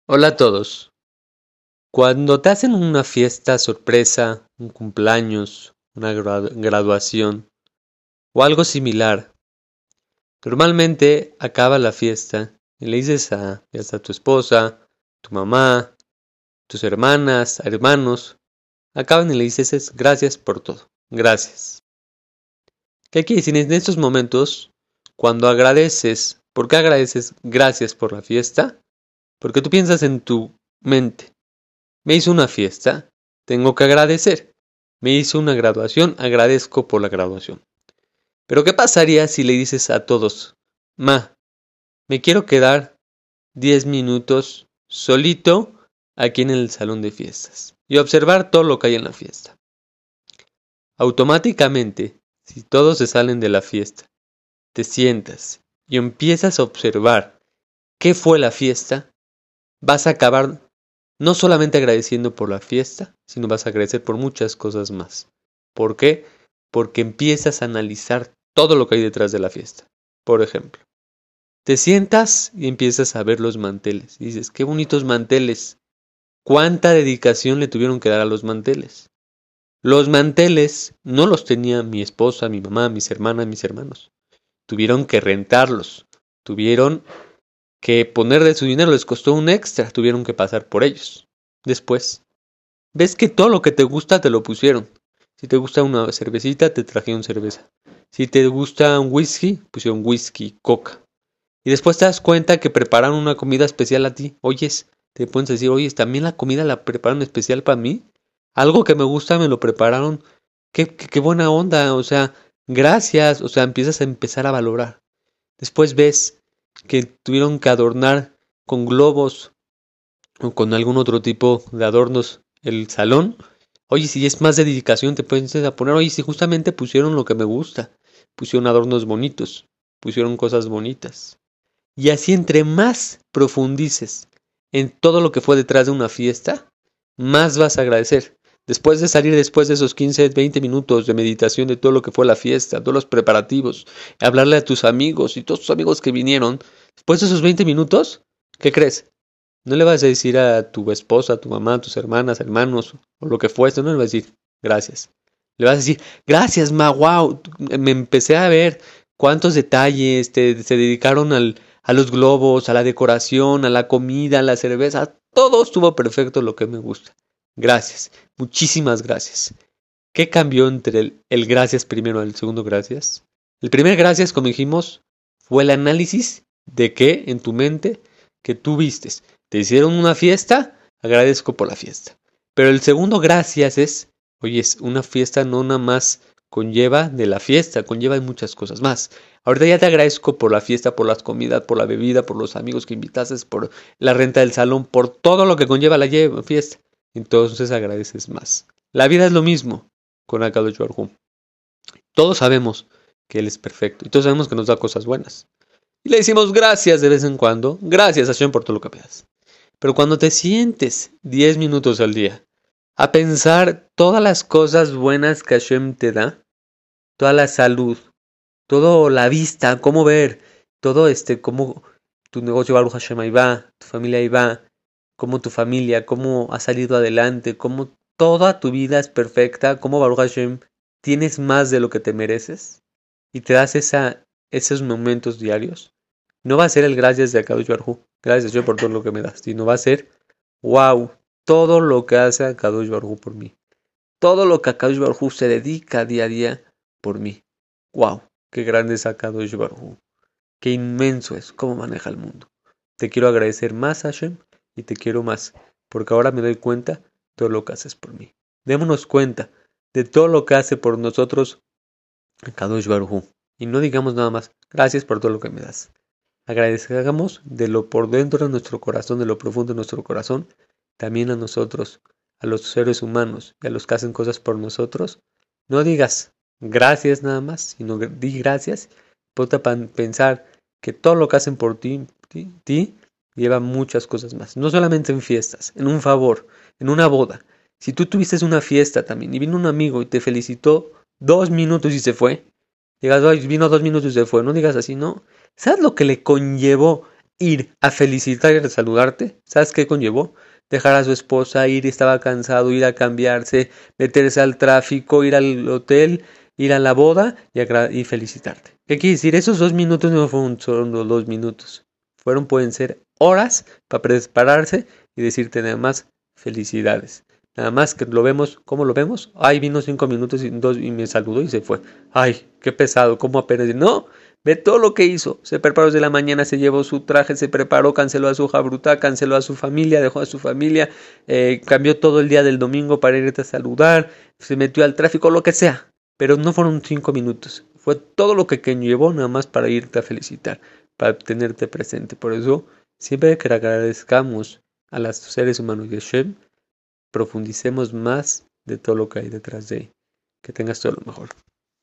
Hola a todos. Cuando te hacen una fiesta sorpresa, un cumpleaños, una graduación o algo similar, normalmente acaba la fiesta y le dices ya sea a tu esposa, tu mamá, tus hermanas, hermanos, acaban y le dices gracias por todo, gracias. ¿Qué quiere decir en estos momentos? Cuando agradeces, ¿por qué agradeces gracias por la fiesta? Porque tú piensas en tu mente. Me hizo una fiesta, tengo que agradecer. Me hizo una graduación, agradezco por la graduación. Pero ¿qué pasaría si le dices a todos, Ma, me quiero quedar 10 minutos solito aquí en el salón de fiestas y observar todo lo que hay en la fiesta? Automáticamente, si todos se salen de la fiesta, te sientas y empiezas a observar qué fue la fiesta, vas a acabar no solamente agradeciendo por la fiesta, sino vas a agradecer por muchas cosas más. ¿Por qué? Porque empiezas a analizar todo lo que hay detrás de la fiesta. Por ejemplo, te sientas y empiezas a ver los manteles. Y dices, qué bonitos manteles. ¿Cuánta dedicación le tuvieron que dar a los manteles? Los manteles no los tenía mi esposa, mi mamá, mis hermanas, mis hermanos. Tuvieron que rentarlos. Tuvieron que poner de su dinero, les costó un extra, tuvieron que pasar por ellos. Después, ves que todo lo que te gusta te lo pusieron. Si te gusta una cervecita, te trajeron cerveza. Si te gusta un whisky, pusieron whisky, coca. Y después te das cuenta que prepararon una comida especial a ti. Oyes, te puedes decir, oyes, también la comida la prepararon especial para mí. Algo que me gusta me lo prepararon. Qué buena onda, o sea, gracias, o sea, empezar a valorar. Después ves que tuvieron que adornar con globos o con algún otro tipo de adornos el salón. Oye, si es más de dedicación, te puedes a poner, oye, si justamente pusieron lo que me gusta, pusieron adornos bonitos, pusieron cosas bonitas. Y así entre más profundices en todo lo que fue detrás de una fiesta, más vas a agradecer. Después de salir, después de esos 15, 20 minutos de meditación de todo lo que fue la fiesta, todos los preparativos, hablarle a tus amigos y todos tus amigos que vinieron, después de esos 20 minutos, ¿qué crees? No le vas a decir a tu esposa, a tu mamá, a tus hermanas, hermanos, o lo que fuese, no le vas a decir gracias. Le vas a decir, gracias, ma, wow, me empecé a ver cuántos detalles se dedicaron a los globos, a la decoración, a la comida, a la cerveza, todo estuvo perfecto lo que me gusta. Gracias, muchísimas gracias. ¿Qué cambió entre el gracias primero al segundo gracias? El primer gracias, como dijimos, fue el análisis de qué en tu mente que tú vistes. Te hicieron una fiesta, agradezco por la fiesta. Pero el segundo gracias es, oye, una fiesta no nada más conlleva de la fiesta, conlleva muchas cosas más. Ahorita ya te agradezco por la fiesta, por las comidas, por la bebida, por los amigos que invitaste, por la renta del salón, por todo lo que conlleva la fiesta. Entonces agradeces más. La vida es lo mismo con Akadosh Baruj Hu. Todos sabemos que Él es perfecto y todos sabemos que nos da cosas buenas. Y le decimos gracias de vez en cuando. Gracias, Hashem, por todo lo que me das. Pero cuando te sientes 10 minutos al día a pensar todas las cosas buenas que Hashem te da, toda la salud, toda la vista, cómo ver, todo cómo tu negocio Baruch Hashem ahí va, tu familia ahí va, cómo tu familia, cómo ha salido adelante, cómo toda tu vida es perfecta, cómo Baruch Hashem tienes más de lo que te mereces y te das esos momentos diarios. No va a ser el gracias de Akadosh Baruj Hu, gracias yo por todo lo que me das, sino va a ser, wow, todo lo que hace Akadosh Baruj Hu por mí. Todo lo que Akadosh Baruj Hu se dedica día a día por mí. Wow, qué grande es Akadosh Baruj Hu. Qué inmenso es, cómo maneja el mundo. Te quiero agradecer más, Hashem, y te quiero más, porque ahora me doy cuenta de todo lo que haces por mí. Démonos cuenta de todo lo que hace por nosotros Akadosh Baruj Hu. Y no digamos nada más, gracias por todo lo que me das. Agradezcamos de lo por dentro de nuestro corazón, de lo profundo de nuestro corazón, también a nosotros, a los seres humanos y a los que hacen cosas por nosotros. No digas gracias nada más, sino di gracias. Ponte a pensar que todo lo que hacen por ti lleva muchas cosas más. No solamente en fiestas, en un favor, en una boda. Si tú tuviste una fiesta también y vino un amigo y te felicitó 2 minutos y se fue, digas, ay, vino 2 minutos y se fue. No digas así, no. ¿Sabes lo que le conllevó ir a felicitarte, a saludarte, ¿sabes qué conllevó? Dejar a su esposa, ir, estaba cansado, ir a cambiarse, meterse al tráfico, ir al hotel, ir a la boda y felicitarte. ¿Qué quiere decir? Esos 2 minutos no fueron solo 2 minutos. Pueden ser horas para prepararse y decirte nada más felicidades. Nada más que lo vemos, ¿cómo lo vemos? Ay, vino 5 minutos y me saludó y se fue. Ay, qué pesado, ¿cómo apenas? No, ve todo lo que hizo. Se preparó desde la mañana, se llevó su traje, se preparó, canceló a su hija bruta, canceló a su familia, dejó a su familia, cambió todo el día del domingo para irte a saludar, se metió al tráfico, lo que sea. Pero no fueron 5 minutos. Fue todo lo que llevó nada más para irte a felicitar, para tenerte presente. Por eso, siempre que agradezcamos a los seres humanos de Shem, profundicemos más de todo lo que hay detrás de él. Que tengas todo lo mejor.